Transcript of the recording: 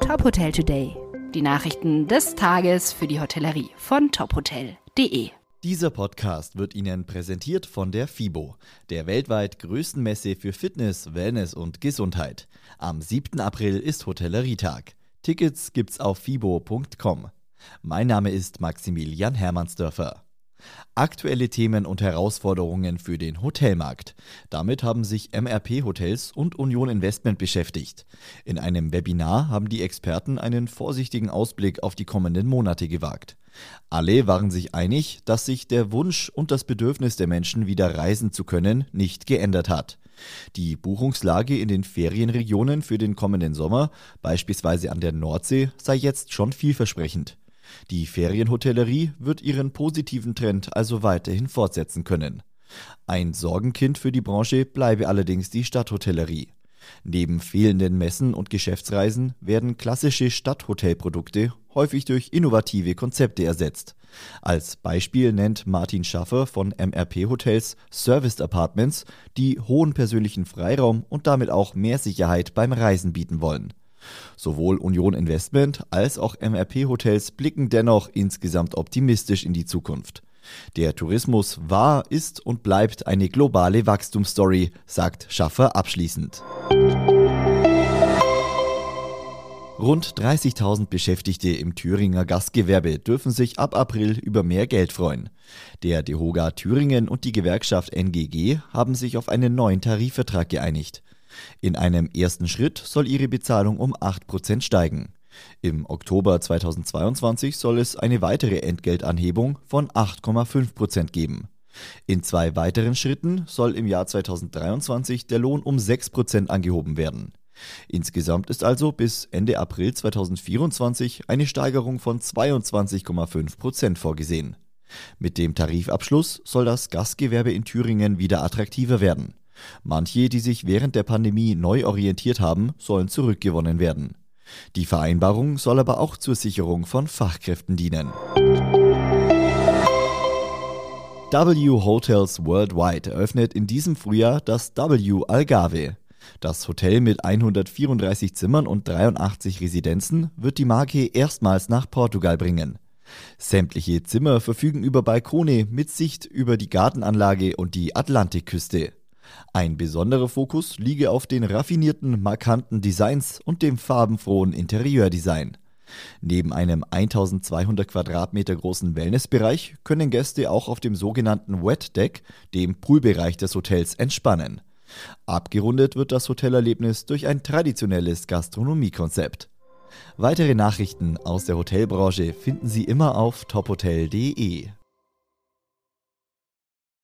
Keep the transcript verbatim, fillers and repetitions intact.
Top Hotel Today. Die Nachrichten des Tages für die Hotellerie von top hotel punkt de. Dieser Podcast wird Ihnen präsentiert von der FIBO, der weltweit größten Messe für Fitness, Wellness und Gesundheit. Am siebten April ist Hotellerietag. Tickets gibt's auf fibo punkt com. Mein Name ist Maximilian Hermannsdörfer. Aktuelle Themen und Herausforderungen für den Hotelmarkt. Damit haben sich M R P Hotels und Union Investment beschäftigt. In einem Webinar haben die Experten einen vorsichtigen Ausblick auf die kommenden Monate gewagt. Alle waren sich einig, dass sich der Wunsch und das Bedürfnis der Menschen, wieder reisen zu können, nicht geändert hat. Die Buchungslage in den Ferienregionen für den kommenden Sommer, beispielsweise an der Nordsee, sei jetzt schon vielversprechend. Die Ferienhotellerie wird ihren positiven Trend also weiterhin fortsetzen können. Ein Sorgenkind für die Branche bleibe allerdings die Stadthotellerie. Neben fehlenden Messen und Geschäftsreisen werden klassische Stadthotelprodukte häufig durch innovative Konzepte ersetzt. Als Beispiel nennt Martin Schaffer von M R P Hotels Serviced Apartments, die hohen persönlichen Freiraum und damit auch mehr Sicherheit beim Reisen bieten wollen. Sowohl Union Investment als auch M R P Hotels blicken dennoch insgesamt optimistisch in die Zukunft. Der Tourismus war, ist und bleibt eine globale Wachstumsstory, sagt Schaffer abschließend. Rund dreißigtausend Beschäftigte im Thüringer Gastgewerbe dürfen sich ab April über mehr Geld freuen. Der DEHOGA Thüringen und die Gewerkschaft N G G haben sich auf einen neuen Tarifvertrag geeinigt. In einem ersten Schritt soll ihre Bezahlung um acht Prozent steigen. Im Oktober zweitausendzweiundzwanzig soll es eine weitere Entgeltanhebung von acht Komma fünf Prozent geben. In zwei weiteren Schritten soll im Jahr zweitausenddreiundzwanzig der Lohn um sechs Prozent angehoben werden. Insgesamt ist also bis Ende April zweitausendvierundzwanzig eine Steigerung von zweiundzwanzig Komma fünf Prozent vorgesehen. Mit dem Tarifabschluss soll das Gastgewerbe in Thüringen wieder attraktiver werden. Manche, die sich während der Pandemie neu orientiert haben, sollen zurückgewonnen werden. Die Vereinbarung soll aber auch zur Sicherung von Fachkräften dienen. W Hotels Worldwide eröffnet in diesem Frühjahr das W Algarve. Das Hotel mit hundertvierunddreißig Zimmern und dreiundachtzig Residenzen wird die Marke erstmals nach Portugal bringen. Sämtliche Zimmer verfügen über Balkone mit Sicht über die Gartenanlage und die Atlantikküste. Ein besonderer Fokus liege auf den raffinierten, markanten Designs und dem farbenfrohen Interieurdesign. Neben einem eintausendzweihundert Quadratmeter großen Wellnessbereich können Gäste auch auf dem sogenannten Wet Deck, dem Poolbereich des Hotels, entspannen. Abgerundet wird das Hotelerlebnis durch ein traditionelles Gastronomiekonzept. Weitere Nachrichten aus der Hotelbranche finden Sie immer auf top hotel punkt de.